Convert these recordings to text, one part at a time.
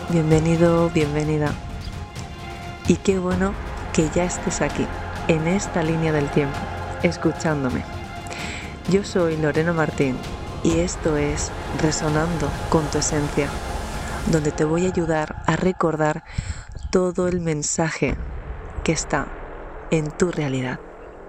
bienvenido, bienvenida. Y qué bueno que ya estés aquí, en esta línea del tiempo, escuchándome. Yo soy Lorena Martín y esto es Resonando con tu Esencia, donde te voy a ayudar a recordar todo el mensaje que está en tu realidad.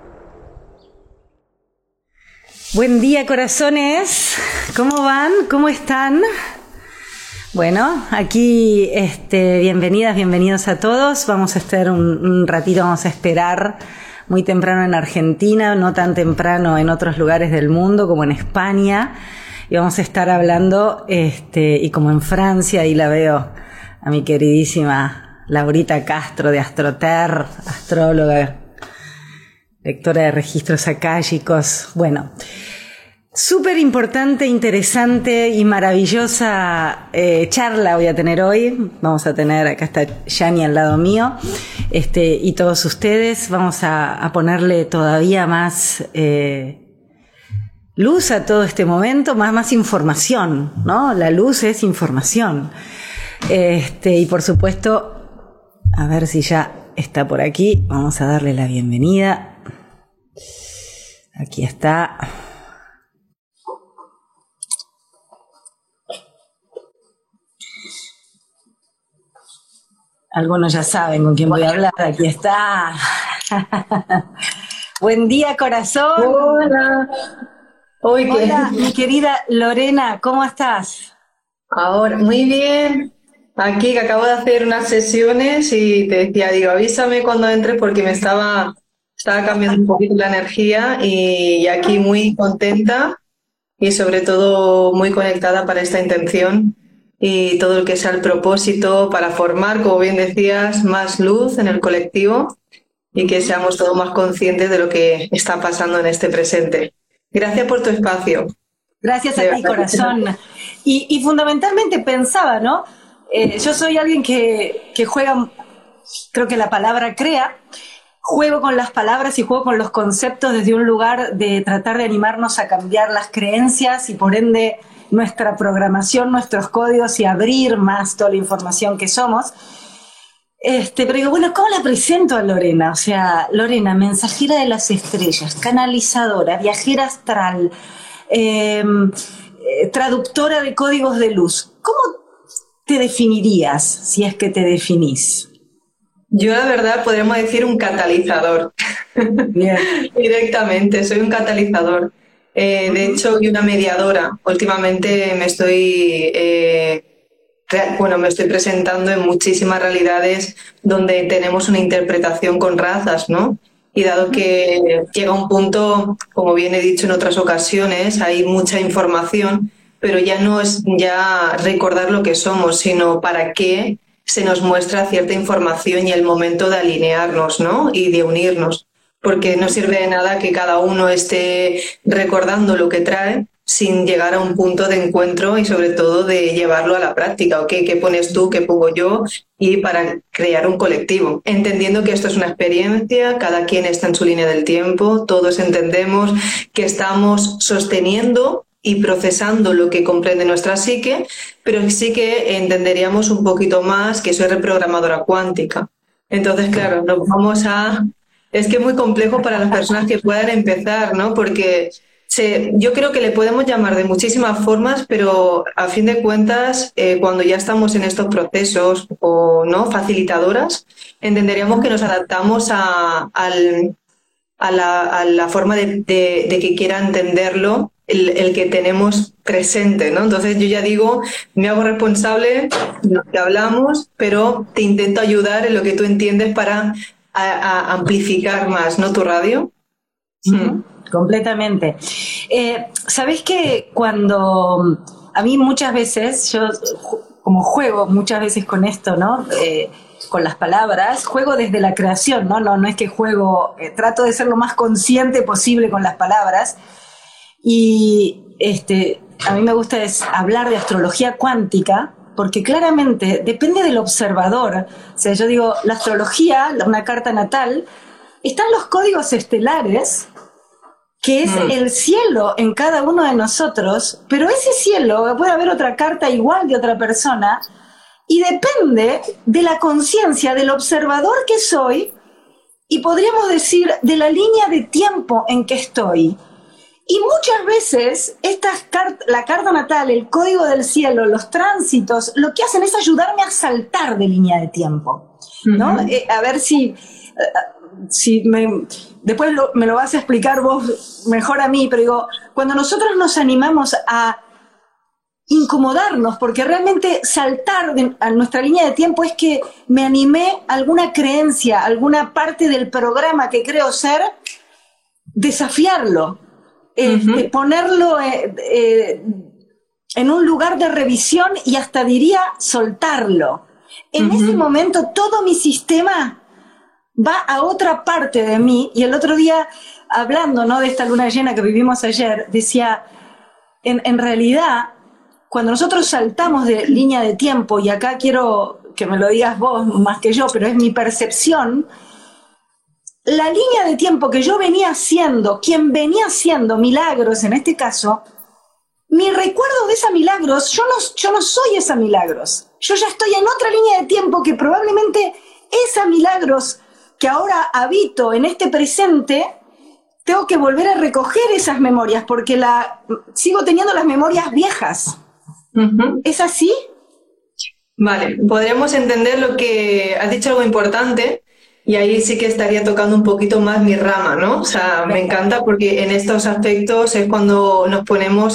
Buen día, corazones. ¿Cómo van? ¿Cómo están? Bueno, aquí bienvenidas, bienvenidos a todos. Vamos a estar un ratito, vamos a esperar muy temprano en Argentina, no tan temprano en otros lugares del mundo como en España. Y vamos a estar hablando, y como en Francia, ahí la veo a mi queridísima Laurita Castro de Astroter, astróloga, lectora de registros akáshicos. Bueno, súper importante, interesante y maravillosa charla voy a tener hoy. Vamos a tener, acá está Yani al lado mío, y todos ustedes. Vamos a ponerle todavía más luz a todo este momento, más información, ¿no? La luz es información. Y por supuesto, a ver si ya está por aquí. Vamos a darle la bienvenida. Aquí está. Algunos ya saben con quién voy a hablar. Aquí está. Buen día, corazón. Hola. Hola, mi querida Lorena, ¿cómo estás? Ahora, muy bien. Aquí que acabo de hacer unas sesiones y te decía, digo, avísame cuando entres porque me estaba cambiando un poquito la energía y aquí muy contenta y sobre todo muy conectada para esta intención y todo lo que sea el propósito para formar, como bien decías, más luz en el colectivo y que seamos todos más conscientes de lo que está pasando en este presente. Gracias por tu espacio. Gracias a ti, corazón. Y fundamentalmente pensaba, ¿no? Yo soy alguien que juega, creo que la palabra crea, juego con las palabras y juego con los conceptos desde un lugar de tratar de animarnos a cambiar las creencias y por ende nuestra programación, nuestros códigos y abrir más toda la información que somos. Pero digo, bueno, ¿cómo la presento a Lorena? O sea, Lorena, mensajera de las estrellas, canalizadora, viajera astral, traductora de códigos de luz. ¿Cómo te definirías, si es que te definís? Yo, la verdad, podríamos decir un catalizador. Bien. Directamente, soy un catalizador. De hecho, y una mediadora. Últimamente me estoy presentando en muchísimas realidades donde tenemos una interpretación con razas, ¿no? Y dado que llega un punto, como bien he dicho en otras ocasiones, hay mucha información, pero ya no es ya recordar lo que somos, sino para qué se nos muestra cierta información y el momento de alinearnos, ¿no? Y de unirnos. Porque no sirve de nada que cada uno esté recordando lo que trae sin llegar a un punto de encuentro y sobre todo de llevarlo a la práctica. ¿Ok? ¿Qué pones tú? ¿Qué pongo yo? Y para crear un colectivo. Entendiendo que esto es una experiencia, cada quien está en su línea del tiempo, todos entendemos que estamos sosteniendo y procesando lo que comprende nuestra psique, pero sí que entenderíamos un poquito más que soy reprogramadora cuántica. Entonces, claro, nos vamos a... Es que es muy complejo para las personas que puedan empezar, ¿no? Porque yo creo que le podemos llamar de muchísimas formas, pero a fin de cuentas, cuando ya estamos en estos procesos o no facilitadoras, entenderíamos que nos adaptamos a la forma de que quiera entenderlo el que tenemos presente, ¿no? Entonces yo ya digo, me hago responsable de lo que hablamos, pero te intento ayudar en lo que tú entiendes para a amplificar más, ¿no? Tu radio. Completamente. ¿Sabés que cuando a mí muchas veces, yo como juego muchas veces con esto, ¿no? Con las palabras, juego desde la creación, ¿no? No es que juego, trato de ser lo más consciente posible con las palabras. Y a mí me gusta hablar de astrología cuántica, porque claramente depende del observador. O sea, yo digo, la astrología, una carta natal, están los códigos estelares, que es el cielo en cada uno de nosotros, pero ese cielo, puede haber otra carta igual de otra persona, y depende de la conciencia del observador que soy y podríamos decir de la línea de tiempo en que estoy. Y muchas veces la carta natal, el código del cielo, los tránsitos, lo que hacen es ayudarme a saltar de línea de tiempo, ¿no? A ver si después me lo vas a explicar vos mejor a mí, pero digo, cuando nosotros nos animamos a incomodarnos, porque realmente saltar a nuestra línea de tiempo es que me animé a alguna creencia, alguna parte del programa que creo ser, desafiarlo, ponerlo en un lugar de revisión y hasta diría soltarlo. En ese momento todo mi sistema va a otra parte de mí, y el otro día, hablando, ¿no?, de esta luna llena que vivimos ayer, decía, en realidad, cuando nosotros saltamos de línea de tiempo, y acá quiero que me lo digas vos más que yo, pero es mi percepción, la línea de tiempo que yo venía haciendo, quien venía haciendo milagros en este caso, mi recuerdo de esa milagros, yo no soy esa milagros, yo ya estoy en otra línea de tiempo que probablemente esa milagros que ahora habito en este presente, tengo que volver a recoger esas memorias, porque sigo teniendo las memorias viejas. ¿Es así? Vale, podríamos entender lo que has dicho, algo importante, y ahí sí que estaría tocando un poquito más mi rama, ¿no? O sea, me encanta porque en estos aspectos es cuando nos ponemos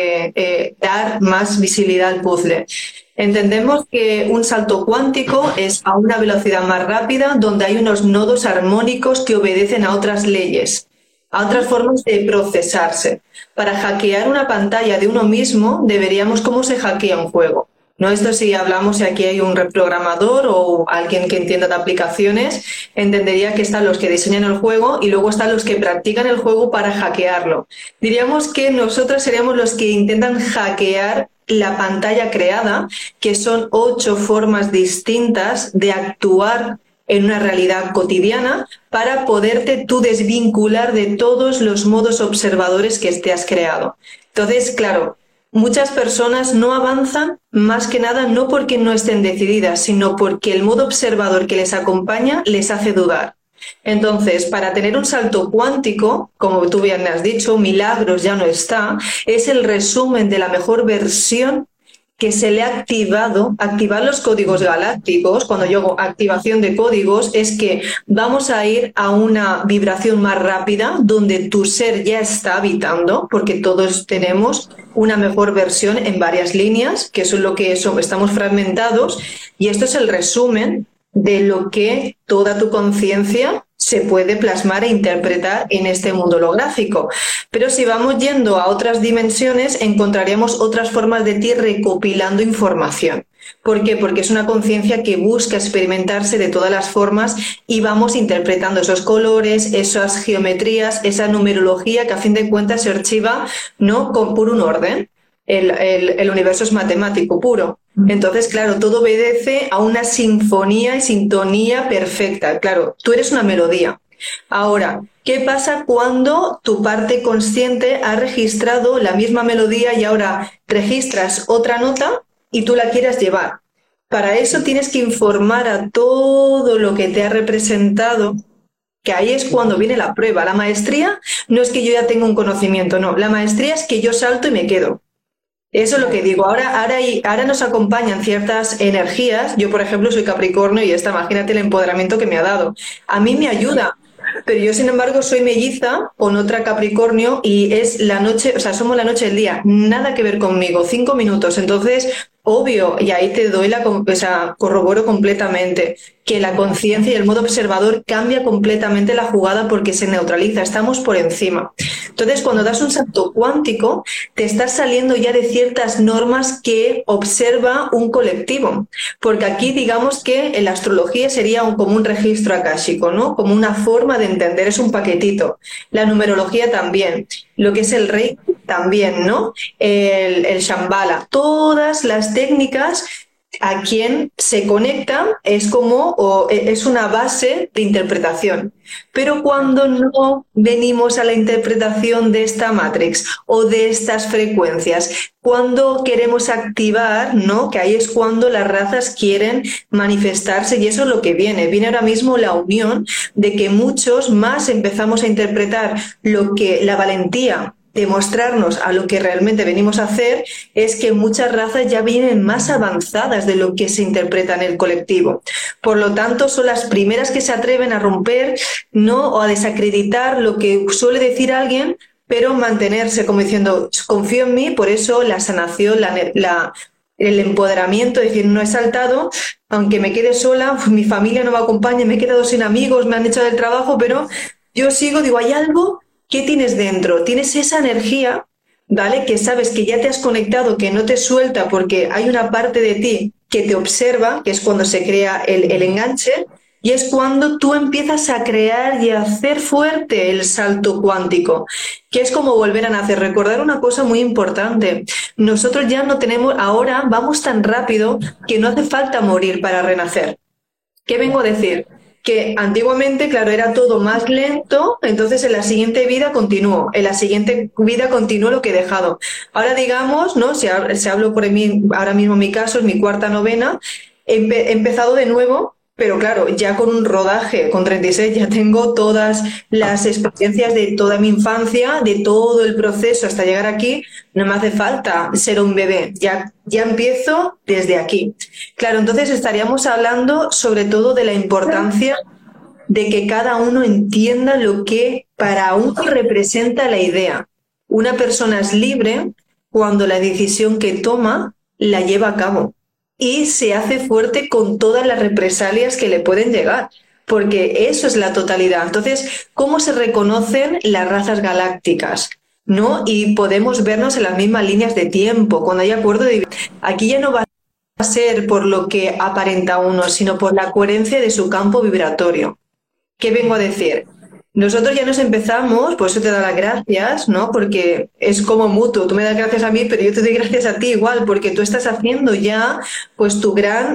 dar más visibilidad al puzzle. Entendemos que un salto cuántico es a una velocidad más rápida, donde hay unos nodos armónicos que obedecen a otras leyes, a otras formas de procesarse. Para hackear una pantalla de uno mismo, deberíamos, ¿cómo se hackea un juego? No, esto si hablamos, si aquí hay un reprogramador o alguien que entienda de aplicaciones, entendería que están los que diseñan el juego y luego están los que practican el juego para hackearlo. Diríamos que nosotros seríamos los que intentan hackear la pantalla creada, que son 8 formas distintas de actuar en una realidad cotidiana para poderte tú desvincular de todos los modos observadores que te has creado. Entonces, claro, muchas personas no avanzan más que nada no porque no estén decididas, sino porque el modo observador que les acompaña les hace dudar. Entonces, para tener un salto cuántico, como tú bien has dicho, milagros ya no está, es el resumen de la mejor versión que se le ha activado. Activar los códigos galácticos, cuando yo hago activación de códigos, es que vamos a ir a una vibración más rápida donde tu ser ya está habitando, porque todos tenemos una mejor versión en varias líneas, que eso es lo que estamos fragmentados, y esto es el resumen de lo que toda tu conciencia se puede plasmar e interpretar en este mundo holográfico. Pero si vamos yendo a otras dimensiones, encontraríamos otras formas de ti recopilando información. ¿Por qué? Porque es una conciencia que busca experimentarse de todas las formas y vamos interpretando esos colores, esas geometrías, esa numerología que a fin de cuentas se archiva, ¿no?, por un orden. El universo es matemático puro. Entonces, claro, todo obedece a una sinfonía y sintonía perfecta. Claro, tú eres una melodía. Ahora, ¿qué pasa cuando tu parte consciente ha registrado la misma melodía y ahora registras otra nota y tú la quieras llevar? Para eso tienes que informar a todo lo que te ha representado, que ahí es cuando viene la prueba. La maestría no es que yo ya tenga un conocimiento, no. La maestría es que yo salto y me quedo. Eso es lo que digo. Ahora nos acompañan ciertas energías. Yo, por ejemplo, soy Capricornio y imagínate el empoderamiento que me ha dado. A mí me ayuda, pero yo, sin embargo, soy melliza con otra Capricornio y es la noche, o sea, somos la noche del día. Nada que ver conmigo, 5 minutos. Entonces, obvio, y ahí te doy corroboro completamente que la conciencia y el modo observador cambia completamente la jugada porque se neutraliza, estamos por encima. Entonces, cuando das un salto cuántico, te estás saliendo ya de ciertas normas que observa un colectivo, porque aquí digamos que en la astrología sería como un registro akáshico, ¿no? Como una forma de entender, es un paquetito. La numerología también, lo que es el Reiki también, ¿no? El Shambhala, todas las técnicas a quien se conecta es es una base de interpretación. Pero cuando no venimos a la interpretación de esta matrix o de estas frecuencias, cuando queremos activar, ¿no? Que ahí es cuando las razas quieren manifestarse, y eso es lo que viene. Viene ahora mismo la unión de que muchos más empezamos a interpretar lo que la valentía de mostrarnos a lo que realmente venimos a hacer, es que muchas razas ya vienen más avanzadas de lo que se interpreta en el colectivo. Por lo tanto, son las primeras que se atreven a romper, ¿no? O a desacreditar lo que suele decir alguien, pero mantenerse como diciendo, confío en mí. Por eso la sanación, el empoderamiento, es decir, no he saltado, aunque me quede sola, mi familia no me acompaña, me he quedado sin amigos, me han echado del trabajo, pero yo sigo, digo, hay algo. ¿Qué tienes dentro? Tienes esa energía, ¿vale? Que sabes que ya te has conectado, que no te suelta porque hay una parte de ti que te observa, que es cuando se crea el enganche, y es cuando tú empiezas a crear y a hacer fuerte el salto cuántico, que es como volver a nacer. Recordar una cosa muy importante, nosotros ya no tenemos, ahora vamos tan rápido que no hace falta morir para renacer. ¿Qué vengo a decir? Que antiguamente, claro, era todo más lento, entonces en la siguiente vida continúo, en la siguiente vida continúo lo que he dejado. Ahora digamos, ¿no? Si hablo por mí, ahora mismo mi caso es mi cuarta novena, he empezado de nuevo, pero claro, ya con un rodaje, con 36 ya tengo todas las experiencias de toda mi infancia, de todo el proceso hasta llegar aquí. No me hace falta ser un bebé, ya empiezo desde aquí. Claro, entonces estaríamos hablando sobre todo de la importancia de que cada uno entienda lo que para uno representa la idea. Una persona es libre cuando la decisión que toma la lleva a cabo y se hace fuerte con todas las represalias que le pueden llegar, porque eso es la totalidad. Entonces, ¿cómo se reconocen las razas galácticas? ¿No? Y podemos vernos en las mismas líneas de tiempo, cuando hay acuerdo de... Aquí ya no va a ser por lo que aparenta uno, sino por la coherencia de su campo vibratorio. ¿Qué vengo a decir? Nosotros ya nos empezamos, por eso te doy las gracias, ¿no? Porque es como mutuo, tú me das gracias a mí, pero yo te doy gracias a ti igual, porque tú estás haciendo ya pues tu gran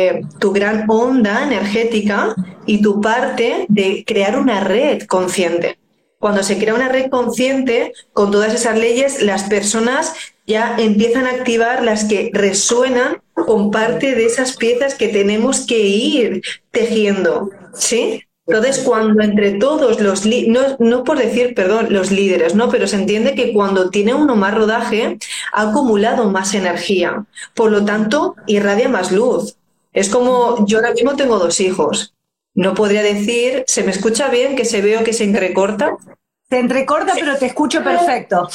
onda energética y tu parte de crear una red consciente. Cuando se crea una red consciente, con todas esas leyes, las personas ya empiezan a activar las que resuenan con parte de esas piezas que tenemos que ir tejiendo, ¿sí? Entonces, cuando entre todos los no por decir, perdón, los líderes, ¿no? Pero se entiende que cuando tiene uno más rodaje, ha acumulado más energía. Por lo tanto, irradia más luz. Es como, yo ahora mismo tengo 2 hijos. No podría decir, ¿se me escucha bien? Que se veo que se entrecorta. Se entrecorta, pero te escucho perfecto.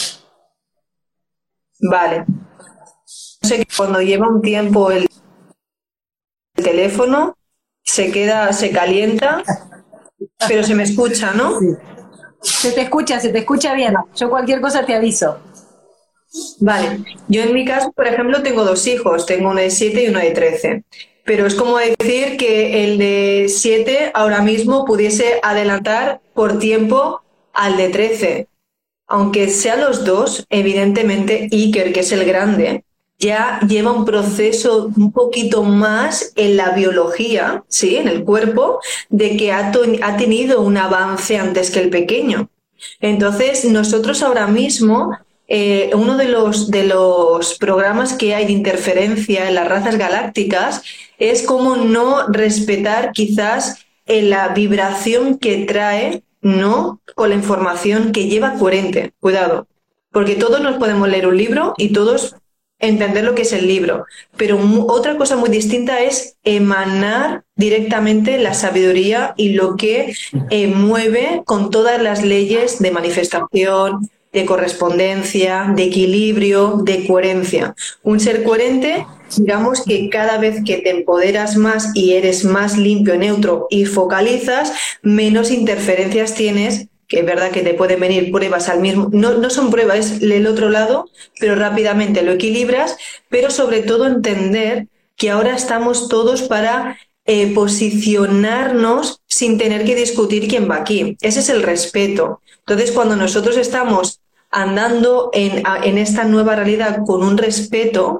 Vale. No sé, que cuando lleva un tiempo el teléfono, se calienta, pero se me escucha, ¿no? Sí. Se te escucha bien. Yo cualquier cosa te aviso. Vale. Yo en mi caso, por ejemplo, tengo 2 hijos. Tengo uno de 7 y uno de 13. Pero es como decir que el de 7 ahora mismo pudiese adelantar por tiempo al de 13. Aunque sean los 2, evidentemente Iker, que es el grande, ya lleva un proceso un poquito más en la biología, ¿sí? En el cuerpo, de que ha tenido un avance antes que el pequeño. Entonces, nosotros ahora mismo, uno de los programas que hay de interferencia en las razas galácticas es cómo no respetar quizás la vibración que trae, ¿no? Con la información que lleva coherente. Cuidado, porque todos nos podemos leer un libro y todos entender lo que es el libro, pero otra cosa muy distinta es emanar directamente la sabiduría y lo que mueve con todas las leyes de manifestación, de correspondencia, de equilibrio, de coherencia. Un ser coherente, digamos que cada vez que te empoderas más y eres más limpio, neutro y focalizas, menos interferencias tienes, que es verdad que te pueden venir pruebas al mismo, no son pruebas, es el otro lado, pero rápidamente lo equilibras, pero sobre todo entender que ahora estamos todos para posicionarnos sin tener que discutir quién va aquí. Ese es el respeto. Entonces, cuando nosotros estamos andando en esta nueva realidad con un respeto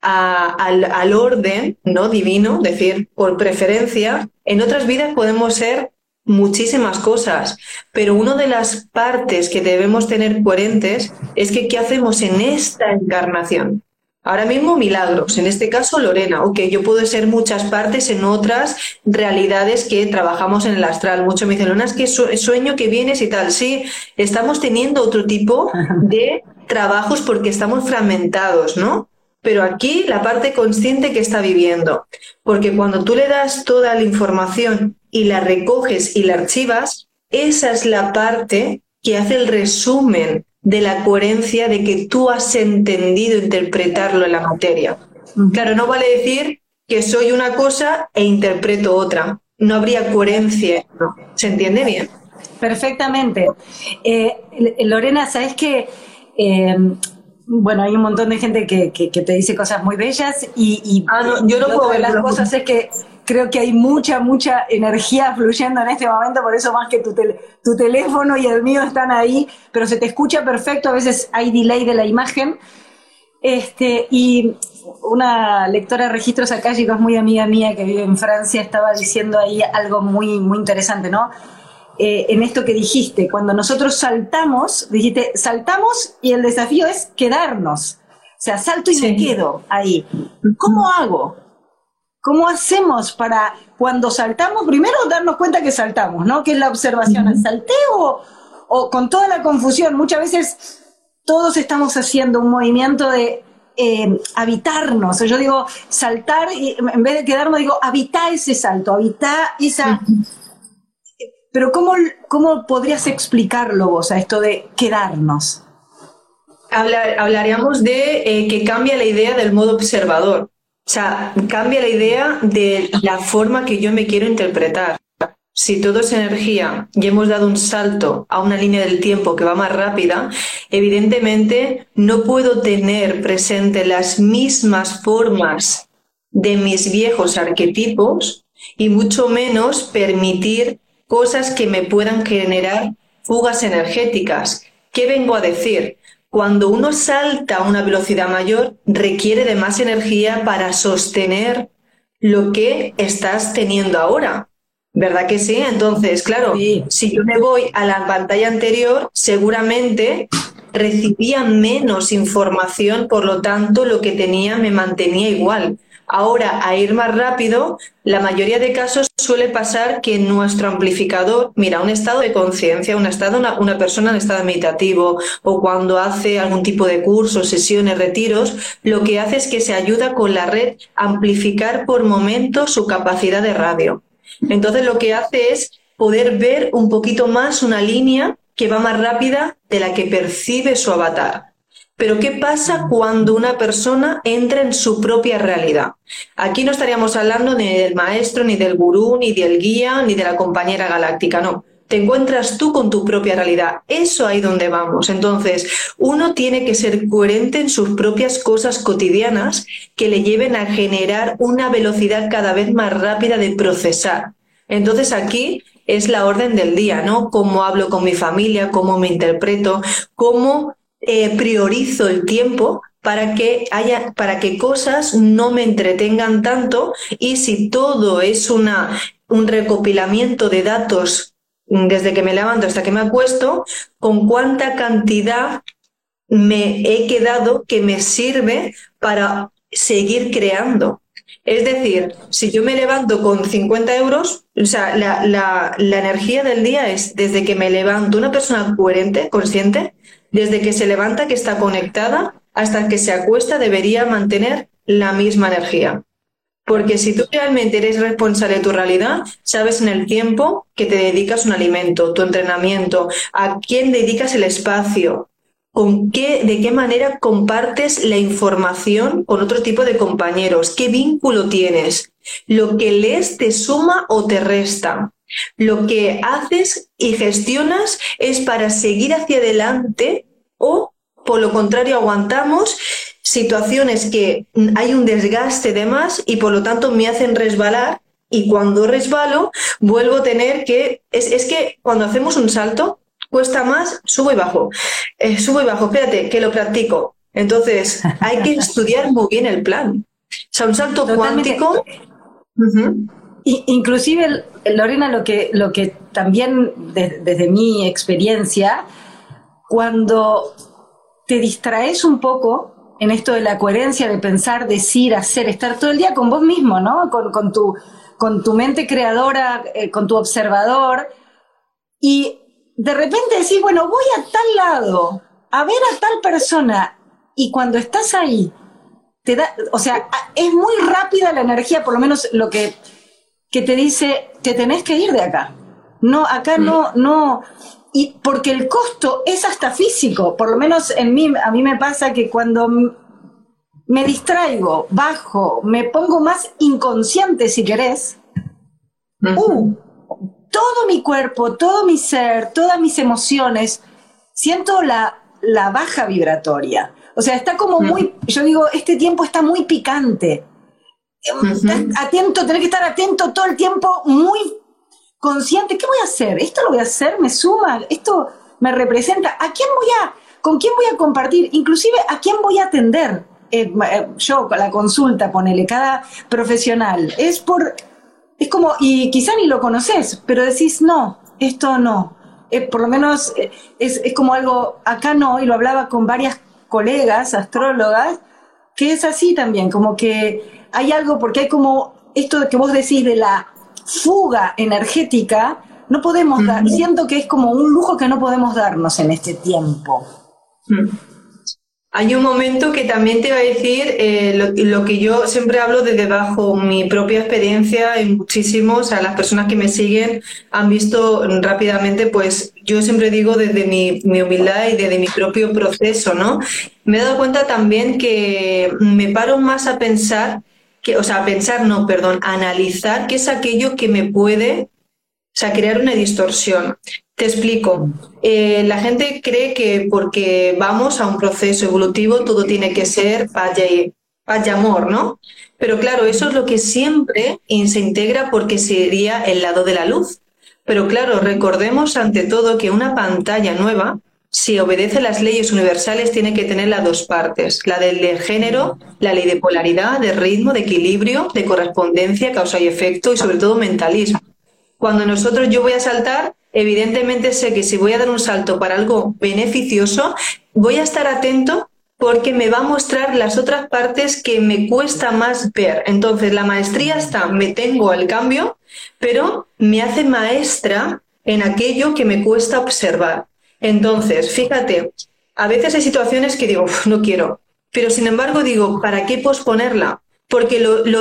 al orden, ¿no?, divino, es decir, por preferencia, en otras vidas podemos ser muchísimas cosas, pero una de las partes que debemos tener coherentes es que ¿qué hacemos en esta encarnación? Ahora mismo milagros, en este caso Lorena, ok, yo puedo ser muchas partes en otras realidades que trabajamos en el astral. Muchos me dicen, Lorena, es que sueño que vienes y tal. Sí, estamos teniendo otro tipo de trabajos porque estamos fragmentados, ¿no? Pero aquí la parte consciente que está viviendo, porque cuando tú le das toda la información y la recoges y la archivas, esa es la parte que hace el resumen de la coherencia de que tú has entendido interpretarlo en la materia. Claro, no vale decir que soy una cosa e interpreto otra. No habría coherencia. ¿No? ¿Se entiende bien? Perfectamente. Lorena, ¿sabes qué? Bueno, hay un montón de gente que te dice cosas muy bellas no, yo no puedo ver las cosas es que creo que hay mucha energía fluyendo en este momento, por eso más que tu teléfono y el mío están ahí, pero se te escucha perfecto, a veces hay delay de la imagen. Y una lectora de registros akáshicos muy amiga mía que vive en Francia estaba diciendo ahí algo muy, muy interesante, ¿no? En esto que dijiste, cuando nosotros saltamos, dijiste, saltamos y el desafío es quedarnos. O sea, salto y me quedo ahí. ¿Cómo hago? ¿Cómo hacemos para, cuando saltamos, primero darnos cuenta que saltamos, ¿no? Que es la observación. ¿Salté o con toda la confusión? Muchas veces todos estamos haciendo un movimiento de habitarnos. Yo digo saltar y en vez de quedarnos digo habita ese salto, habita esa... Pero ¿cómo podrías explicarlo vos a esto de quedarnos? Hablaríamos de que cambia la idea del modo observador. O sea, cambia la idea de la forma que yo me quiero interpretar. Si todo es energía y hemos dado un salto a una línea del tiempo que va más rápida, evidentemente no puedo tener presente las mismas formas de mis viejos arquetipos y mucho menos permitir cosas que me puedan generar fugas energéticas. ¿Qué vengo a decir? Cuando uno salta a una velocidad mayor, requiere de más energía para sostener lo que estás teniendo ahora. ¿Verdad que sí? Entonces, claro, si yo me voy a la pantalla anterior, seguramente recibía menos información, por lo tanto, lo que tenía me mantenía igual. Ahora, a ir más rápido, la mayoría de casos suele pasar que nuestro amplificador, mira, un estado de conciencia, una persona en estado meditativo o cuando hace algún tipo de curso, sesiones, retiros, lo que hace es que se ayuda con la red a amplificar por momentos su capacidad de radio. Entonces, lo que hace es poder ver un poquito más una línea que va más rápida de la que percibe su avatar. Pero ¿qué pasa cuando una persona entra en su propia realidad? Aquí no estaríamos hablando ni del maestro, ni del gurú, ni del guía, ni de la compañera galáctica, no. Te encuentras tú con tu propia realidad. Eso ahí donde vamos. Entonces, uno tiene que ser coherente en sus propias cosas cotidianas que le lleven a generar una velocidad cada vez más rápida de procesar. Entonces, aquí es la orden del día, ¿no? Cómo hablo con mi familia, cómo me interpreto, cómo priorizo el tiempo para que cosas no me entretengan tanto, y si todo es un recopilamiento de datos desde que me levanto hasta que me acuesto, con cuánta cantidad me he quedado que me sirve para seguir creando. Es decir, si yo me levanto con 50 euros, o sea, la energía del día es desde que me levanto, una persona coherente, consciente, desde que se levanta, que está conectada, hasta que se acuesta, debería mantener la misma energía. Porque si tú realmente eres responsable de tu realidad, sabes en el tiempo que te dedicas un alimento, tu entrenamiento, a quién dedicas el espacio, de qué manera compartes la información con otro tipo de compañeros, qué vínculo tienes, lo que lees te suma o te resta. Lo que haces y gestionas es para seguir hacia adelante o, por lo contrario, aguantamos situaciones que hay un desgaste de más y por lo tanto me hacen resbalar, y cuando resbalo vuelvo a tener que... Es que cuando hacemos un salto cuesta más, subo y bajo, espérate, que lo practico. Entonces, hay que estudiar muy bien el plan. O sea, un salto Totalmente. cuántico... Inclusive, Lorena, lo que también desde mi experiencia, cuando te distraes un poco en esto de la coherencia de pensar, decir, hacer, estar todo el día con vos mismo, ¿no? Con tu mente creadora, con tu observador, y de repente decís, bueno, voy a tal lado, a ver a tal persona, y cuando estás ahí, te da, o sea, es muy rápida la energía, por lo menos lo que te dice, te tenés que ir de acá. No, acá no. Y porque el costo es hasta físico, por lo menos a mí me pasa que cuando me distraigo, bajo, me pongo más inconsciente si querés, todo mi cuerpo, todo mi ser, todas mis emociones, siento la baja vibratoria. O sea, está como muy, yo digo, este tiempo está muy picante. Atento, tenés que estar atento todo el tiempo, muy consciente. ¿Qué voy a hacer? ¿Esto lo voy a hacer? ¿Me suma? ¿Esto me representa? ¿Con quién voy a compartir? Inclusive, ¿a quién voy a atender? Yo, la consulta, ponele, cada profesional. Es como, y quizá ni lo conoces, pero decís, no, esto no. Por lo menos es como algo, acá no, y lo hablaba con varias colegas, astrólogas, que es así también, como que hay algo, porque hay como esto que vos decís de la fuga energética, no podemos dar, siento que es como un lujo que no podemos darnos en este tiempo. Hay un momento que también te iba a decir lo que yo siempre hablo desde bajo mi propia experiencia, y muchísimos, a las personas que me siguen han visto rápidamente, pues yo siempre digo desde mi humildad y desde mi propio proceso, ¿no? Me he dado cuenta también que me paro más a pensar, a analizar qué es aquello que me puede, crear una distorsión. Te explico. La gente cree que porque vamos a un proceso evolutivo todo tiene que ser paz y amor, ¿no? Pero claro, eso es lo que siempre se integra porque sería el lado de la luz. Pero claro, recordemos ante todo que una pantalla nueva, si obedece las leyes universales, tiene que tener las dos partes. La del género, la ley de polaridad, de ritmo, de equilibrio, de correspondencia, causa y efecto y sobre todo mentalismo. Cuando yo voy a saltar, evidentemente sé que si voy a dar un salto para algo beneficioso, voy a estar atento porque me va a mostrar las otras partes que me cuesta más ver. Entonces, la maestría me tengo al cambio, pero me hace maestra en aquello que me cuesta observar. Entonces, fíjate, a veces hay situaciones que digo, no quiero, pero sin embargo digo, ¿para qué posponerla? Porque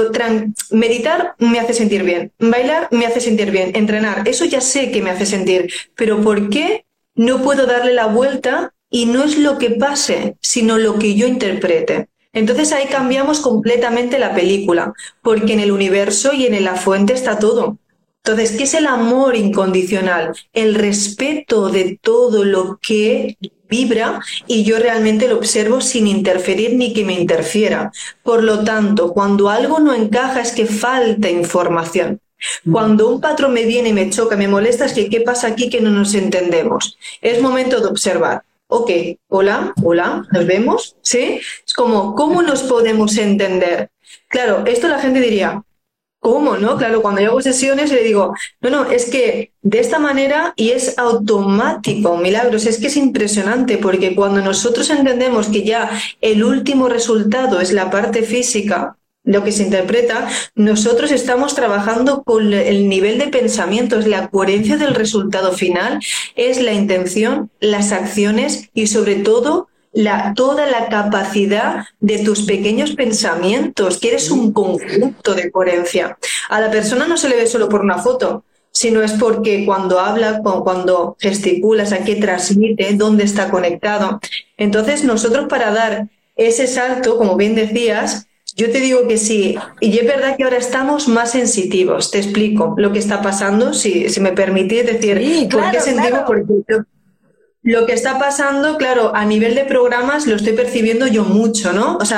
meditar me hace sentir bien, bailar me hace sentir bien, entrenar, eso ya sé que me hace sentir, pero ¿por qué no puedo darle la vuelta y no es lo que pase, sino lo que yo interprete? Entonces ahí cambiamos completamente la película, porque en el universo y en la fuente está todo. Entonces, ¿qué es el amor incondicional? El respeto de todo lo que vibra y yo realmente lo observo sin interferir ni que me interfiera. Por lo tanto, cuando algo no encaja es que falta información. Cuando un patrón me viene y me choca, me molesta, es que ¿qué pasa aquí que no nos entendemos? Es momento de observar. Ok, hola, ¿nos vemos? ¿Sí? Es como, ¿cómo nos podemos entender? Claro, esto la gente diría, ¿cómo, no? Claro, cuando yo hago sesiones le digo, no, es que de esta manera y es automático, milagros, es que es impresionante porque cuando nosotros entendemos que ya el último resultado es la parte física, lo que se interpreta, nosotros estamos trabajando con el nivel de pensamiento, es la coherencia del resultado final, es la intención, las acciones y sobre todo toda la capacidad de tus pequeños pensamientos, que eres un conjunto de coherencia. A la persona no se le ve solo por una foto, sino es porque cuando habla, cuando gesticulas, a qué transmite, dónde está conectado. Entonces nosotros para dar ese salto, como bien decías, yo te digo que sí, y es verdad que ahora estamos más sensitivos. Te explico lo que está pasando, si me permitís decir, sí, claro, ¿por qué sentimos? Claro. Porque lo que está pasando, claro, a nivel de programas lo estoy percibiendo yo mucho, ¿no? O sea,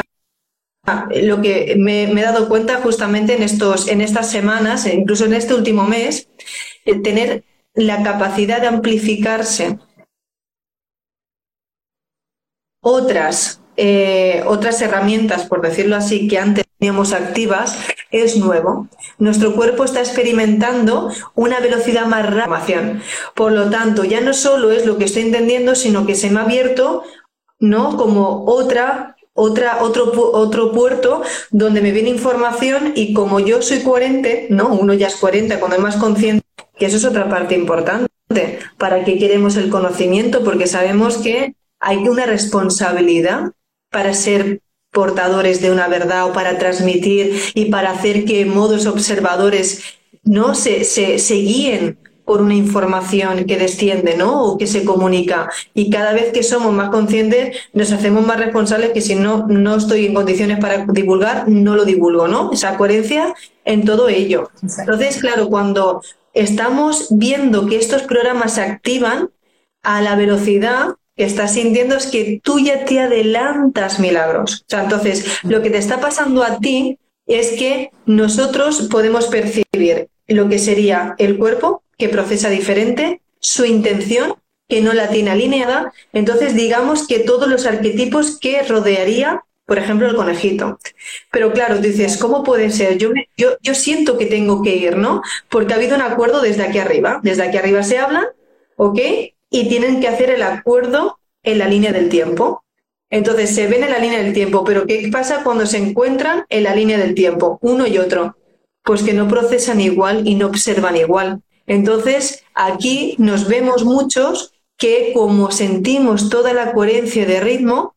lo que me he dado cuenta justamente en estas semanas, incluso en este último mes, tener la capacidad de amplificarse otras otras herramientas, por decirlo así, que antes teníamos activas, es nuevo. Nuestro cuerpo está experimentando una velocidad más rápida de información. Por lo tanto, ya no solo es lo que estoy entendiendo, sino que se me ha abierto, ¿no?, como otro puerto donde me viene información, y como yo soy coherente, ¿no? Uno ya es coherente cuando es más consciente, que eso es otra parte importante. ¿Para qué queremos el conocimiento? Porque sabemos que hay una responsabilidad para ser portadores de una verdad o para transmitir y para hacer que modos observadores, ¿no?, se guíen por una información que desciende, ¿no?, o que se comunica. Y cada vez que somos más conscientes, nos hacemos más responsables, que si no estoy en condiciones para divulgar, no lo divulgo, ¿no? Esa coherencia en todo ello. Entonces, claro, cuando estamos viendo que estos programas se activan a la velocidad que estás sintiendo, es que tú ya te adelantas milagros. O sea, entonces, lo que te está pasando a ti es que nosotros podemos percibir lo que sería el cuerpo, que procesa diferente, su intención, que no la tiene alineada. Entonces, digamos que todos los arquetipos que rodearía, por ejemplo, el conejito. Pero claro, dices, ¿cómo puede ser? Yo siento que tengo que ir, ¿no? Porque ha habido un acuerdo desde aquí arriba. Desde aquí arriba se habla, ¿ok? Y tienen que hacer el acuerdo en la línea del tiempo. Entonces, se ven en la línea del tiempo, pero ¿qué pasa cuando se encuentran en la línea del tiempo, uno y otro? Pues que no procesan igual y no observan igual. Entonces, aquí nos vemos muchos que, como sentimos toda la coherencia de ritmo,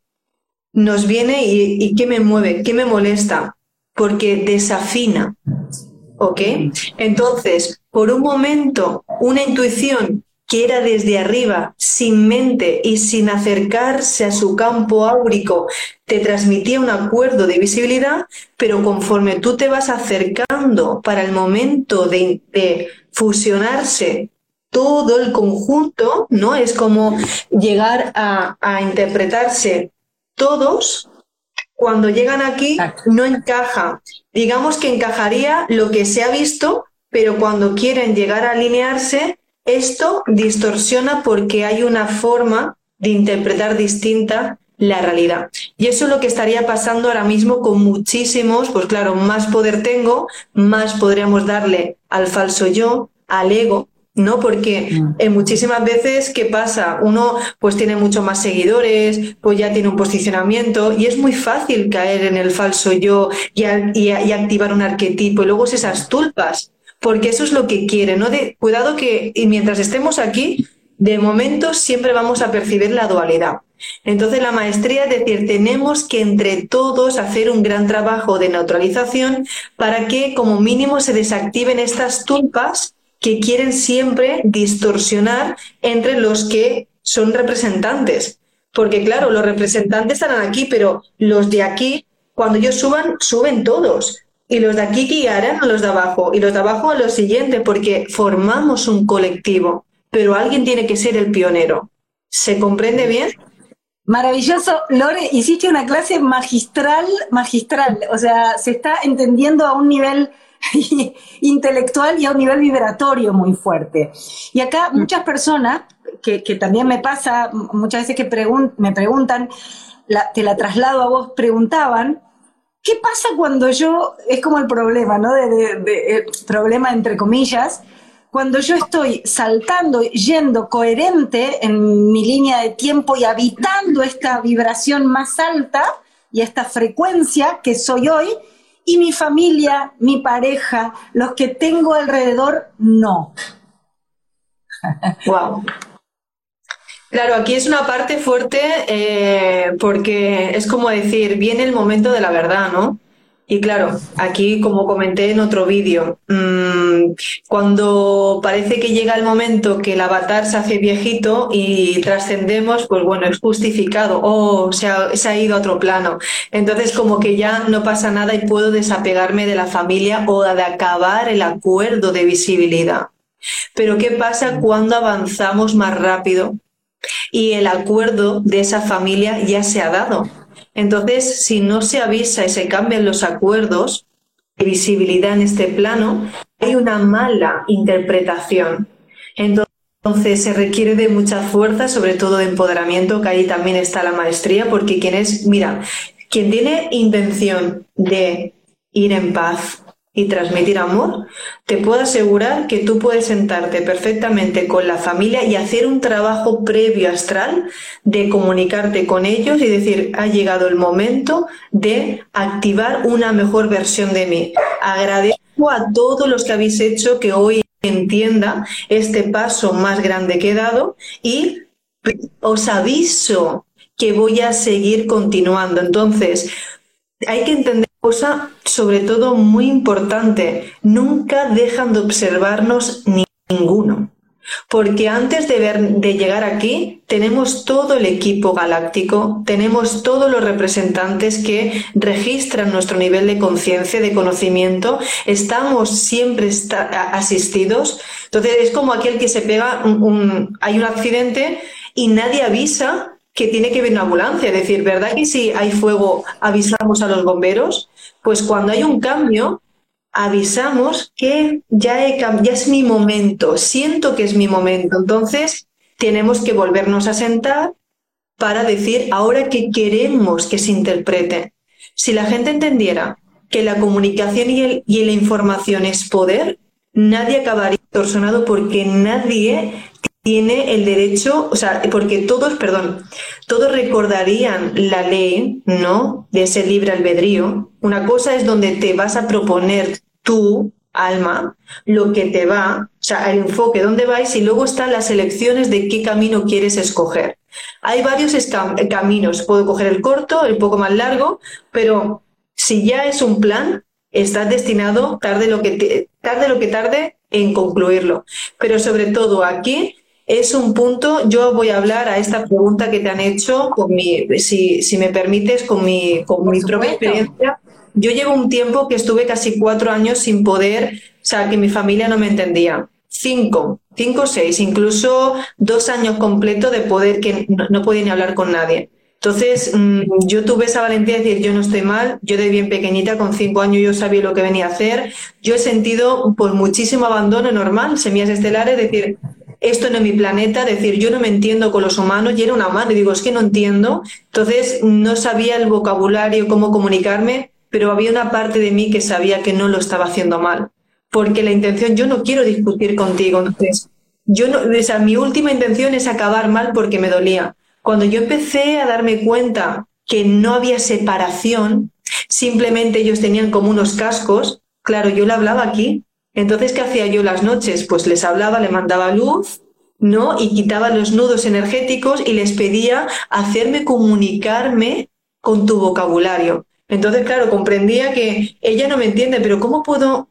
nos viene y ¿qué me mueve? ¿Qué me molesta? Porque desafina, ¿ok? Entonces, por un momento, una intuición que era desde arriba, sin mente y sin acercarse a su campo áurico, te transmitía un acuerdo de visibilidad, pero conforme tú te vas acercando para el momento de fusionarse todo el conjunto, ¿no? Es como llegar a interpretarse todos. Cuando llegan aquí no encaja. Digamos que encajaría lo que se ha visto, pero cuando quieren llegar a alinearse, esto distorsiona porque hay una forma de interpretar distinta la realidad. Y eso es lo que estaría pasando ahora mismo con muchísimos, pues claro, más poder tengo, más podríamos darle al falso yo, al ego, ¿no? Porque muchísimas veces, ¿qué pasa? Uno pues tiene mucho más seguidores, pues ya tiene un posicionamiento y es muy fácil caer en el falso yo y activar un arquetipo y luego es esas tulpas, porque eso es lo que quiere, ¿no? Cuidado que y mientras estemos aquí, de momento siempre vamos a percibir la dualidad. Entonces la maestría es decir, tenemos que entre todos hacer un gran trabajo de neutralización para que como mínimo se desactiven estas tulpas que quieren siempre distorsionar entre los que son representantes. Porque claro, los representantes estarán aquí, pero los de aquí, cuando ellos suban, suben todos. Y los de aquí guiarán a los de abajo, y los de abajo a los siguientes, porque formamos un colectivo. Pero alguien tiene que ser el pionero. ¿Se comprende bien? Maravilloso, Lore, hiciste una clase magistral, o sea, se está entendiendo a un nivel intelectual y a un nivel vibratorio muy fuerte. Y acá muchas personas, que también me pasa, muchas veces que me preguntan, te la traslado a vos, preguntaban, ¿qué pasa cuando yo, es como el problema, ¿no? El problema entre comillas, cuando yo estoy saltando, yendo coherente en mi línea de tiempo y habitando esta vibración más alta y esta frecuencia que soy hoy, y mi familia, mi pareja, los que tengo alrededor, no. Wow. Claro, aquí es una parte fuerte porque es como decir, viene el momento de la verdad, ¿no? Y claro, aquí, como comenté en otro vídeo, cuando parece que llega el momento que el avatar se hace viejito y trascendemos, pues bueno, es justificado, se ha ido a otro plano. Entonces, como que ya no pasa nada y puedo desapegarme de la familia o de acabar el acuerdo de visibilidad. Pero ¿qué pasa cuando avanzamos más rápido y el acuerdo de esa familia ya se ha dado? Entonces, si no se avisa y se cambian los acuerdos de visibilidad en este plano, hay una mala interpretación. Entonces, Entonces se requiere de mucha fuerza, sobre todo de empoderamiento, que ahí también está la maestría, porque quien tiene intención de ir en paz y transmitir amor, te puedo asegurar que tú puedes sentarte perfectamente con la familia y hacer un trabajo previo astral de comunicarte con ellos y decir, ha llegado el momento de activar una mejor versión de mí. Agradezco a todos los que habéis hecho que hoy entienda este paso más grande que he dado y os aviso que voy a seguir continuando. Entonces, hay que entender una cosa, sobre todo muy importante, nunca dejan de observarnos ninguno. Porque antes de llegar aquí, tenemos todo el equipo galáctico, tenemos todos los representantes que registran nuestro nivel de conciencia, de conocimiento, estamos siempre asistidos. Entonces es como aquel que se pega, hay un accidente y nadie avisa que tiene que venir una ambulancia. Es decir, ¿verdad que si hay fuego avisamos a los bomberos? Pues cuando hay un cambio, avisamos que ya es mi momento, siento que es mi momento. Entonces, tenemos que volvernos a sentar para decir ahora qué queremos que se interprete. Si la gente entendiera que la comunicación y la información es poder, nadie acabaría distorsionado porque nadie tiene el derecho, o sea, porque todos recordarían la ley, ¿no?, de ese libre albedrío. Una cosa es donde te vas a proponer tu alma, lo que te va, o sea, el enfoque, dónde vais, y luego están las elecciones de qué camino quieres escoger. Hay varios caminos, puedo coger el corto, el poco más largo, pero si ya es un plan, estás destinado, tarde lo que tarde, en concluirlo. Pero sobre todo aquí es un punto, yo voy a hablar a esta pregunta que te han hecho, si me permites, con mi propia experiencia. Yo llevo un tiempo que estuve casi 4 años sin poder, o sea, que mi familia no me entendía. 5 o 6, incluso 2 años completos de poder que no podía ni hablar con nadie. Entonces, yo tuve esa valentía de decir, yo no estoy mal, yo de bien pequeñita, con 5 años yo sabía lo que venía a hacer. Yo he sentido pues muchísimo abandono normal, semillas estelares, decir, esto no es mi planeta, decir, yo no me entiendo con los humanos, y era una madre, digo, es que no entiendo. Entonces, no sabía el vocabulario, cómo comunicarme, pero había una parte de mí que sabía que no lo estaba haciendo mal, porque la intención, yo no quiero discutir contigo, entonces, mi última intención es acabar mal porque me dolía. Cuando yo empecé a darme cuenta que no había separación, simplemente ellos tenían como unos cascos, claro, yo le hablaba aquí. Entonces, ¿qué hacía yo las noches? Pues les hablaba, les mandaba luz, ¿no?, y quitaba los nudos energéticos y les pedía hacerme comunicarme con tu vocabulario. Entonces, claro, comprendía que ella no me entiende, pero ¿cómo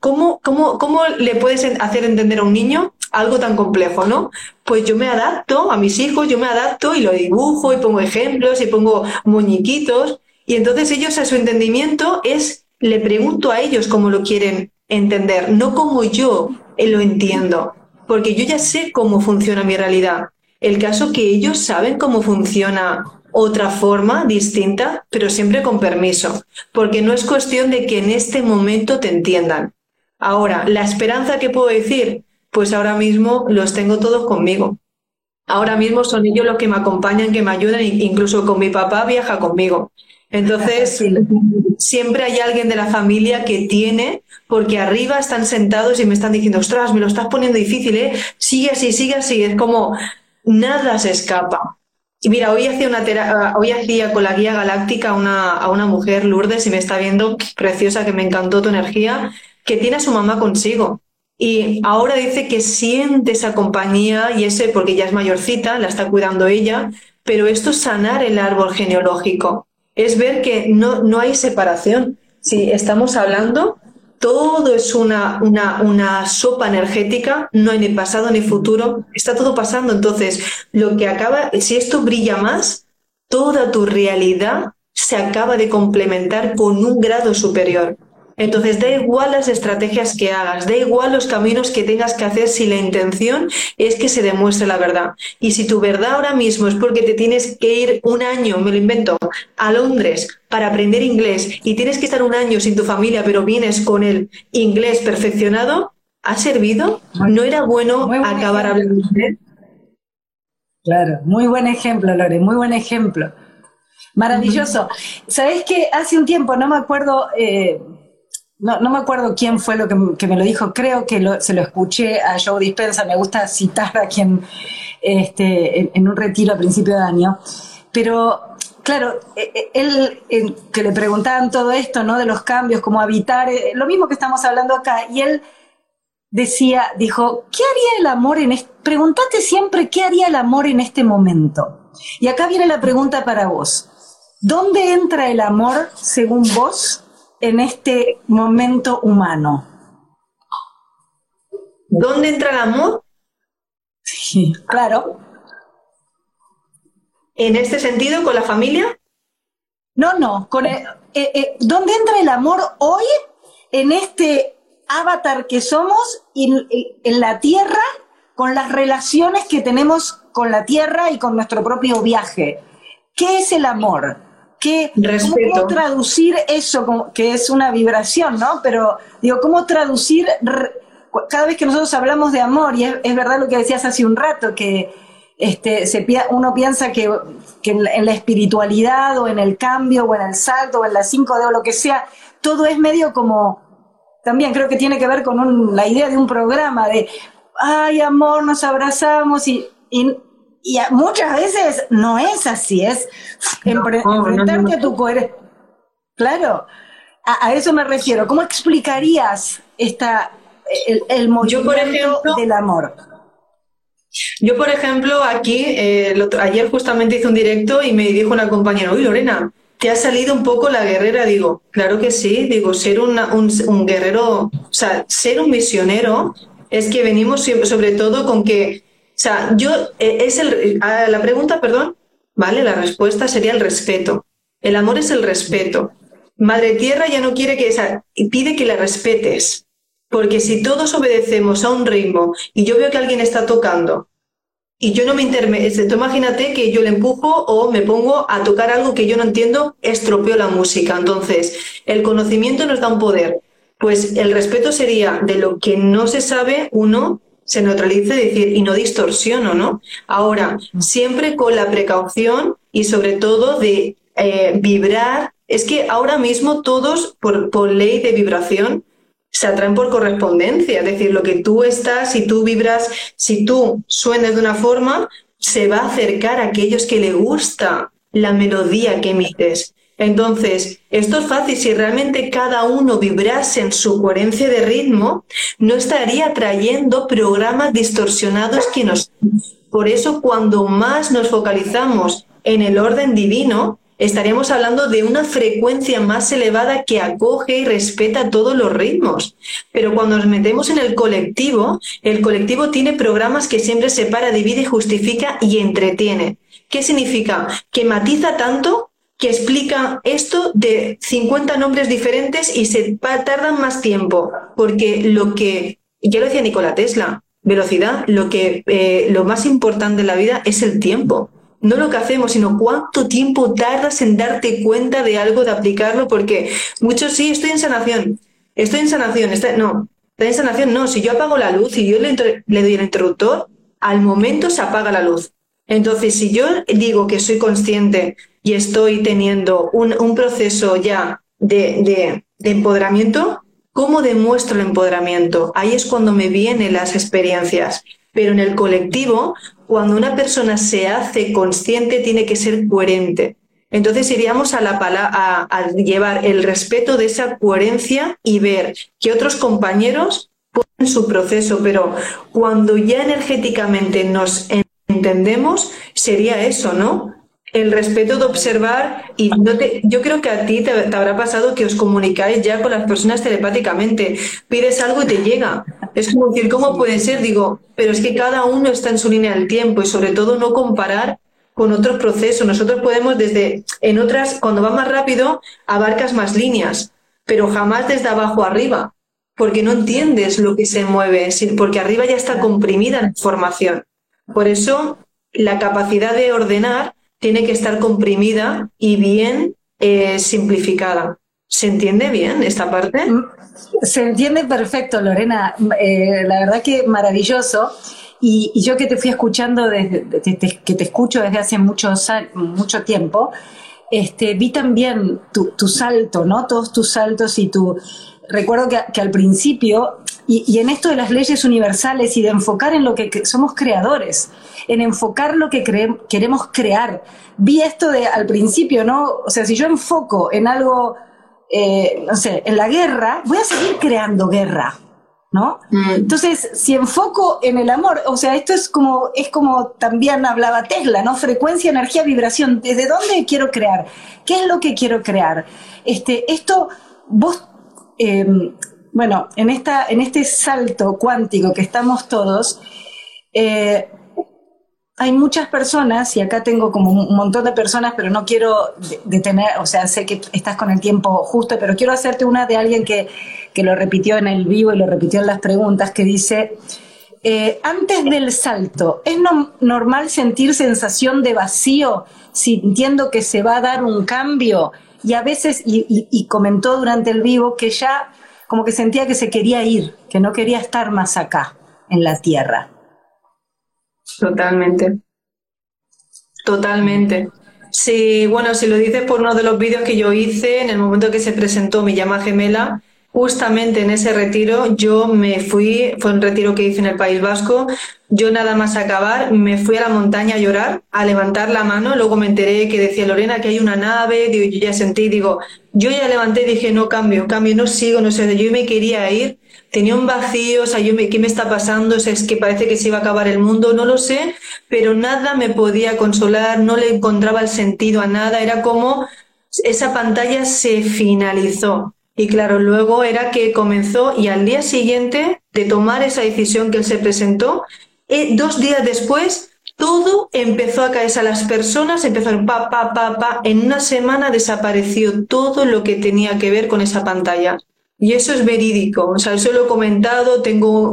le puedes hacer entender a un niño algo tan complejo, no? Pues yo me adapto a mis hijos, yo me adapto y lo dibujo y pongo ejemplos y pongo muñequitos, y entonces ellos, a su entendimiento, le pregunto a ellos cómo lo quieren entender, no como yo lo entiendo, porque yo ya sé cómo funciona mi realidad. El caso que ellos saben cómo funciona otra forma distinta, pero siempre con permiso, porque no es cuestión de que en este momento te entiendan. Ahora, la esperanza que puedo decir, pues ahora mismo los tengo todos conmigo. Ahora mismo son ellos los que me acompañan, que me ayudan, incluso con mi papá viaja conmigo. Entonces, siempre hay alguien de la familia que tiene, porque arriba están sentados y me están diciendo, ostras, me lo estás poniendo difícil, ¿eh? Sigue así, es como nada se escapa. Y mira, hoy hacía con la guía galáctica a una mujer, Lourdes, y me está viendo, preciosa, que me encantó tu energía, que tiene a su mamá consigo. Y ahora dice que siente esa compañía y porque ya es mayorcita, la está cuidando ella, pero esto es sanar el árbol genealógico. Es ver que no hay separación. Si estamos hablando, todo es una sopa energética, no hay ni pasado ni futuro, está todo pasando. Entonces, si esto brilla más, toda tu realidad se acaba de complementar con un grado superior. Entonces, da igual las estrategias que hagas, da igual los caminos que tengas que hacer, si la intención es que se demuestre la verdad. Y si tu verdad ahora mismo es porque te tienes que ir 1 año, me lo invento, a Londres para aprender inglés y tienes que estar 1 año sin tu familia, pero vienes con el inglés perfeccionado, ¿ha servido? ¿No era bueno acabar hablando inglés? Claro, muy buen ejemplo, Lore, muy buen ejemplo. Maravilloso. ¿Sabés qué? Hace un tiempo, no me acuerdo, no me acuerdo quién fue lo que me lo dijo, creo que se lo escuché a Joe Dispenza, me gusta citar a quien en un retiro a principio de año, pero claro, él que le preguntaban todo esto, ¿no? De los cambios, cómo habitar, lo mismo que estamos hablando acá, y él dijo, ¿qué haría el amor pregúntate siempre qué haría el amor en este momento? Y acá viene la pregunta para vos. ¿Dónde entra el amor, según vos, en este momento humano? ¿Dónde entra el amor? Sí, claro. ¿En este sentido, con la familia? No, ¿dónde entra el amor hoy en este avatar que somos en la Tierra, con las relaciones que tenemos con la Tierra y con nuestro propio viaje? ¿Qué es el amor? ¿Cómo traducir eso, que es una vibración, ¿no? Pero digo, ¿cómo traducir cada vez que nosotros hablamos de amor? Y es verdad lo que decías hace un rato, que uno piensa que en la espiritualidad o en el cambio o en el salto o en la 5D o lo que sea, todo es medio como... También creo que tiene que ver con la idea de un programa de, ay, amor, nos abrazamos y muchas veces no es así, es enfrentarte a tu coherencia. Claro, a eso me refiero. ¿Cómo explicarías el movimiento del amor? Yo, por ejemplo, aquí, ayer justamente hice un directo y me dijo una compañera, uy, Lorena, ¿te ha salido un poco la guerrera? Digo, claro que sí. Digo, ser un guerrero, o sea, ser un misionero es que venimos siempre, sobre todo con que, o sea, a la pregunta, perdón, ¿vale? La respuesta sería el respeto. El amor es el respeto. Madre Tierra ya no quiere pide que la respetes. Porque si todos obedecemos a un ritmo y yo veo que alguien está tocando y yo no me tú imagínate que yo le empujo o me pongo a tocar algo que yo no entiendo, estropeo la música. Entonces, el conocimiento nos da un poder. Pues el respeto sería de lo que no se sabe, uno se neutralice, decir, y no distorsiono, ¿no? Ahora, siempre con la precaución y sobre todo de vibrar. Es que ahora mismo todos, por ley de vibración, se atraen por correspondencia, es decir, lo que tú estás, si tú vibras, si tú suenas de una forma, se va a acercar a aquellos que le gusta la melodía que emites. Entonces, esto es fácil, si realmente cada uno vibrase en su coherencia de ritmo, no estaría trayendo programas distorsionados que nos... Por eso, cuando más nos focalizamos en el orden divino, estaríamos hablando de una frecuencia más elevada que acoge y respeta todos los ritmos. Pero cuando nos metemos en el colectivo tiene programas que siempre separa, divide, justifica y entretiene. ¿Qué significa? Que matiza tanto que explica esto de 50 nombres diferentes y se tardan más tiempo. Porque ya lo decía Nikola Tesla, velocidad, lo más importante en la vida es el tiempo. No lo que hacemos, sino cuánto tiempo tardas en darte cuenta de algo, de aplicarlo, porque muchos sí, estoy en sanación, no, si yo apago la luz y yo le doy el interruptor, al momento se apaga la luz. Entonces, si yo digo que soy consciente y estoy teniendo un proceso ya de empoderamiento, ¿cómo demuestro el empoderamiento? Ahí es cuando me vienen las experiencias. Pero en el colectivo, cuando una persona se hace consciente, tiene que ser coherente. Entonces iríamos a llevar el respeto de esa coherencia y ver que otros compañeros ponen su proceso, pero cuando ya energéticamente nos entendemos, sería eso, ¿no? El respeto de observar y yo creo que a ti te habrá pasado que os comunicáis ya con las personas telepáticamente. Pides algo y te llega. Es como decir, ¿cómo puede ser? Digo, pero es que cada uno está en su línea del tiempo y sobre todo no comparar con otros procesos. Nosotros podemos cuando va más rápido, abarcas más líneas, pero jamás desde abajo arriba, porque no entiendes lo que se mueve, porque arriba ya está comprimida la información. Por eso, la capacidad de ordenar tiene que estar comprimida y bien simplificada. ¿Se entiende bien esta parte? Se entiende perfecto, Lorena. La verdad que maravilloso. y yo que te fui escuchando, que te escucho desde hace mucho tiempo, vi también tu salto, ¿no? Todos tus saltos y recuerdo que al principio, y en esto de las leyes universales y de enfocar en lo que somos creadores, en enfocar lo que queremos crear. Vi esto al principio, ¿no? O sea, si yo enfoco en algo, no sé, en la guerra, voy a seguir creando guerra, ¿no? Entonces, si enfoco en el amor, o sea, esto es como también hablaba Tesla, ¿no? Frecuencia, energía, vibración. ¿Desde dónde quiero crear? ¿Qué es lo que quiero crear? Esto, vos, bueno, en este salto cuántico que estamos todos, hay muchas personas, y acá tengo como un montón de personas, pero no quiero detener, o sea, sé que estás con el tiempo justo, pero quiero hacerte una de alguien que lo repitió en el vivo y lo repitió en las preguntas, que dice, antes del salto, ¿es normal sentir sensación de vacío, sintiendo que se va a dar un cambio? Y a veces, y comentó durante el vivo que ya como que sentía que se quería ir, que no quería estar más acá, en la Tierra. Totalmente. Sí, bueno, si lo dices por uno de los vídeos que yo hice, en el momento que se presentó mi llama gemela, justamente en ese retiro yo me fui, fue un retiro que hice en el País Vasco, yo nada más acabar me fui a la montaña a llorar, a levantar la mano, luego me enteré que decía Lorena que hay una nave, digo, yo ya sentí, digo, yo ya levanté y dije no cambio, no sigo, no sé, yo me quería ir, tenía un vacío, o sea, ¿qué me está pasando? O sea, es que parece que se iba a acabar el mundo, no lo sé, pero nada me podía consolar, no le encontraba el sentido a nada, era como esa pantalla se finalizó. Y claro, luego era que comenzó y al día siguiente de tomar esa decisión que él se presentó, 2 días después, todo empezó a caerse a las personas, empezaron en una semana desapareció todo lo que tenía que ver con esa pantalla. Y eso es verídico, o sea, eso lo he comentado, tengo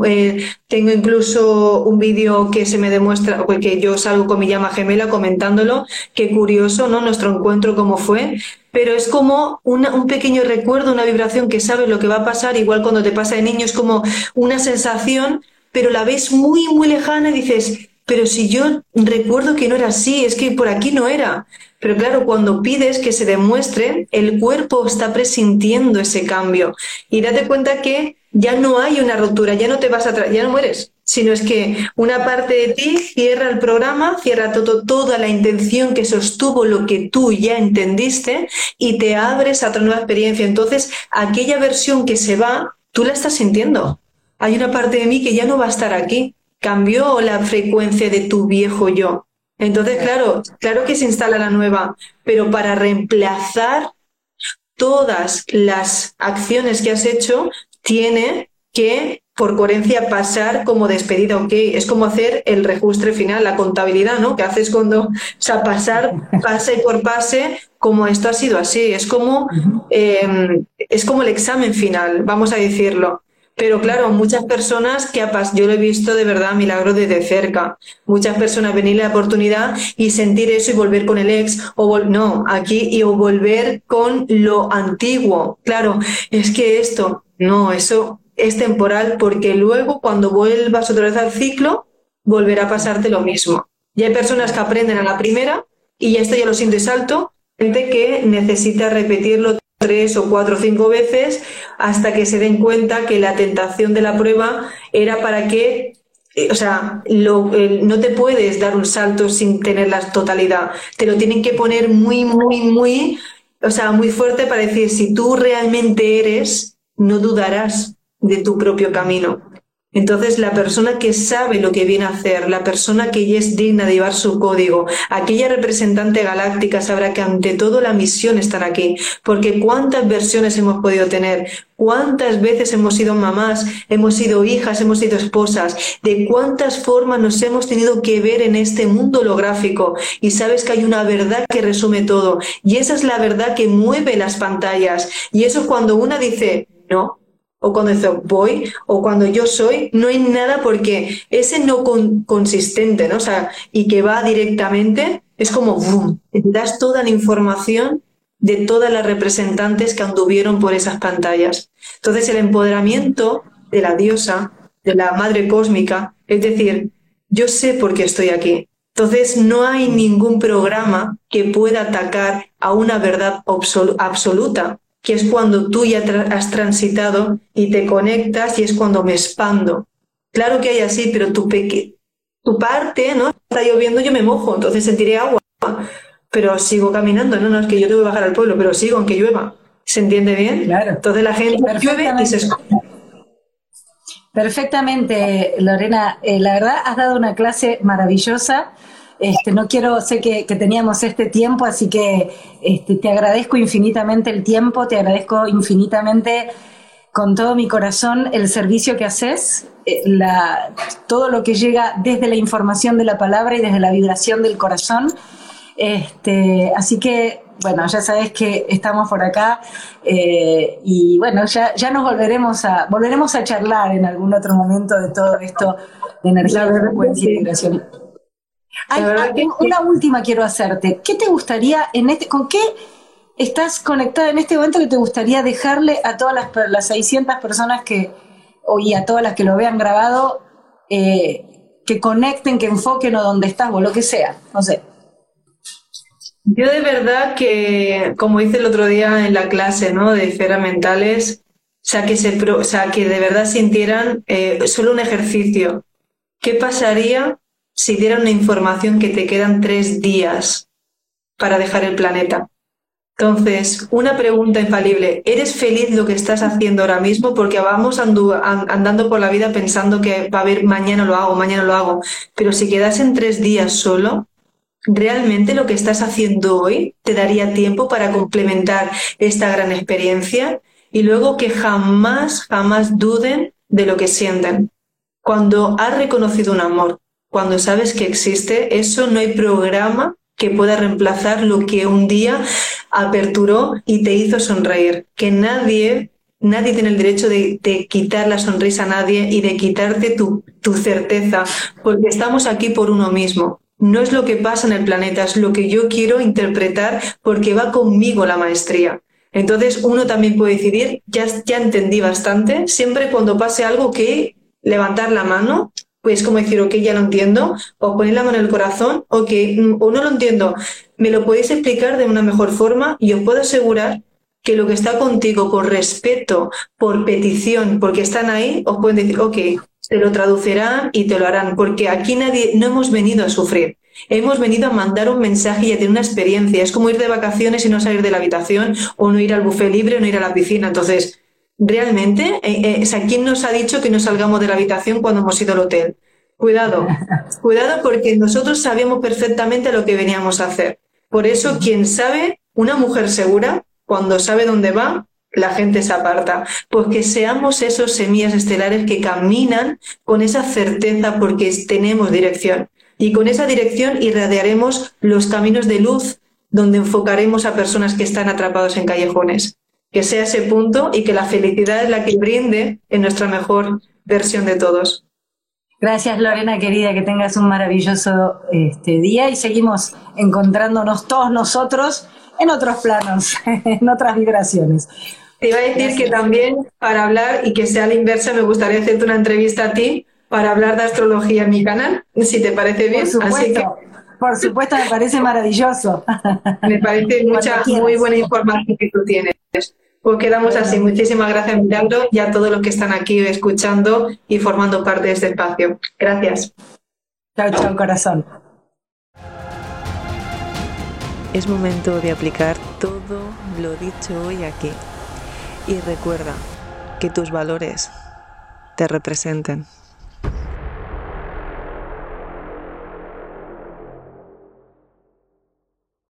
incluso un vídeo que se me demuestra, que yo salgo con mi llama gemela comentándolo, qué curioso, ¿no? Nuestro encuentro cómo fue, pero es como un pequeño recuerdo, una vibración que sabes lo que va a pasar, igual cuando te pasa de niño, es como una sensación, pero la ves muy, muy lejana y dices, pero si yo recuerdo que no era así, es que por aquí no era. Pero claro, cuando pides que se demuestre, el cuerpo está presintiendo ese cambio. Y date cuenta que ya no hay una ruptura, ya no te vas atrás, ya no mueres, sino es que una parte de ti cierra el programa, cierra toda la intención que sostuvo lo que tú ya entendiste y te abres a otra nueva experiencia. Entonces, aquella versión que se va, tú la estás sintiendo. Hay una parte de mí que ya no va a estar aquí. Cambió la frecuencia de tu viejo yo. Entonces, claro que se instala la nueva, pero para reemplazar todas las acciones que has hecho, tiene que, por coherencia, pasar como despedida, ¿ok? Es como hacer el reajustre final, la contabilidad, ¿no? Que haces cuando, o sea, pasar pase por pase, como esto ha sido así. Es como el examen final, vamos a decirlo. Pero claro, muchas personas yo lo he visto de verdad milagro desde cerca. Muchas personas venir la oportunidad y sentir eso y volver con el ex, o volver con lo antiguo. Claro, es que eso es temporal porque luego cuando vuelvas otra vez al ciclo, volverá a pasarte lo mismo. Y hay personas que aprenden a la primera y esto ya lo siento y salto, gente que necesita repetirlo 3 o 4 o 5 veces hasta que se den cuenta que la tentación de la prueba era para que, no te puedes dar un salto sin tener la totalidad. Te lo tienen que poner muy, muy, muy, muy fuerte para decir, si tú realmente eres, no dudarás de tu propio camino. Entonces, la persona que sabe lo que viene a hacer, la persona que ya es digna de llevar su código, aquella representante galáctica sabrá que ante todo la misión estar aquí. Porque cuántas versiones hemos podido tener, cuántas veces hemos sido mamás, hemos sido hijas, hemos sido esposas, de cuántas formas nos hemos tenido que ver en este mundo holográfico. Y sabes que hay una verdad que resume todo. Y esa es la verdad que mueve las pantallas. Y eso es cuando una dice, no, o cuando dice voy, o cuando yo soy, no hay nada porque ese no consistente, ¿no? Y que va directamente, es como ¡bum! Te das toda la información de todas las representantes que anduvieron por esas pantallas. Entonces el empoderamiento de la diosa, de la madre cósmica, es decir, yo sé por qué estoy aquí. Entonces no hay ningún programa que pueda atacar a una verdad absoluta, que es cuando tú ya has transitado y te conectas y es cuando me expando. Claro que hay así, pero tu parte, ¿no? Está lloviendo, yo me mojo, entonces sentiré agua, pero sigo caminando. No, es que yo tengo que bajar al pueblo, pero sigo aunque llueva. ¿Se entiende bien? Claro. Entonces la gente llueve y se escucha. Perfectamente, Lorena. La verdad, has dado una clase maravillosa. Sé que teníamos este tiempo, así que te agradezco infinitamente el tiempo, te agradezco infinitamente con todo mi corazón el servicio que haces, todo lo que llega desde la información de la palabra y desde la vibración del corazón. Así que, bueno, ya sabes que estamos por acá y bueno, ya nos volveremos a charlar en algún otro momento de todo esto de energía, frecuencia y vibración. Una última quiero hacerte. ¿Qué te gustaría con qué estás conectada en este momento que te gustaría dejarle a todas las 600 personas y a todas las que lo vean grabado, que conecten, que enfoquen o donde estás o lo que sea? No sé. Yo de verdad que, como hice el otro día en la clase, ¿no?, de esferas mentales, que de verdad sintieran solo un ejercicio. ¿Qué pasaría si dieran una información que te quedan 3 días para dejar el planeta? Entonces, una pregunta infalible: ¿eres feliz lo que estás haciendo ahora mismo? Porque vamos andando por la vida pensando que va a haber mañana lo hago, pero si quedasen 3 días solo, ¿realmente lo que estás haciendo hoy te daría tiempo para complementar esta gran experiencia? Y luego que jamás duden de lo que sienten. Cuando has reconocido un amor, cuando sabes que existe, eso no hay programa que pueda reemplazar lo que un día aperturó y te hizo sonreír. Que nadie tiene el derecho de quitar la sonrisa a nadie y de quitarte tu certeza, porque estamos aquí por uno mismo. No es lo que pasa en el planeta, es lo que yo quiero interpretar porque va conmigo la maestría. Entonces uno también puede decidir, ya entendí bastante, siempre cuando pase algo que levantar la mano, pues como decir, ok, ya lo entiendo, o poner la mano en el corazón, o no lo entiendo, me lo podéis explicar de una mejor forma y os puedo asegurar que lo que está contigo por respeto, por petición, porque están ahí, os pueden decir, ok, te lo traducirán y te lo harán, porque aquí no hemos venido a sufrir, hemos venido a mandar un mensaje y a tener una experiencia. Es como ir de vacaciones y no salir de la habitación, o no ir al buffet libre o no ir a la piscina. Entonces, realmente, ¿quién nos ha dicho que no salgamos de la habitación cuando hemos ido al hotel? Cuidado porque nosotros sabíamos perfectamente lo que veníamos a hacer. Por eso, quien sabe, una mujer segura, cuando sabe dónde va, la gente se aparta. Pues que seamos esos semillas estelares que caminan con esa certeza porque tenemos dirección. Y con esa dirección irradiaremos los caminos de luz donde enfocaremos a personas que están atrapados en callejones. Que sea ese punto y que la felicidad es la que brinde en nuestra mejor versión de todos. Gracias, Lorena, querida, que tengas un maravilloso día y seguimos encontrándonos todos nosotros en otros planos, en otras vibraciones. Te iba a decir que también, para hablar, y que sea a la inversa, me gustaría hacerte una entrevista a ti para hablar de astrología en mi canal, si te parece bien. Por supuesto, me parece maravilloso. Me parece muy buena información que tú tienes. Pues quedamos así. Muchísimas gracias, Milagro, y a todos los que están aquí escuchando y formando parte de este espacio. Gracias. Chao, corazón. Es momento de aplicar todo lo dicho hoy aquí. Y recuerda que tus valores te representen.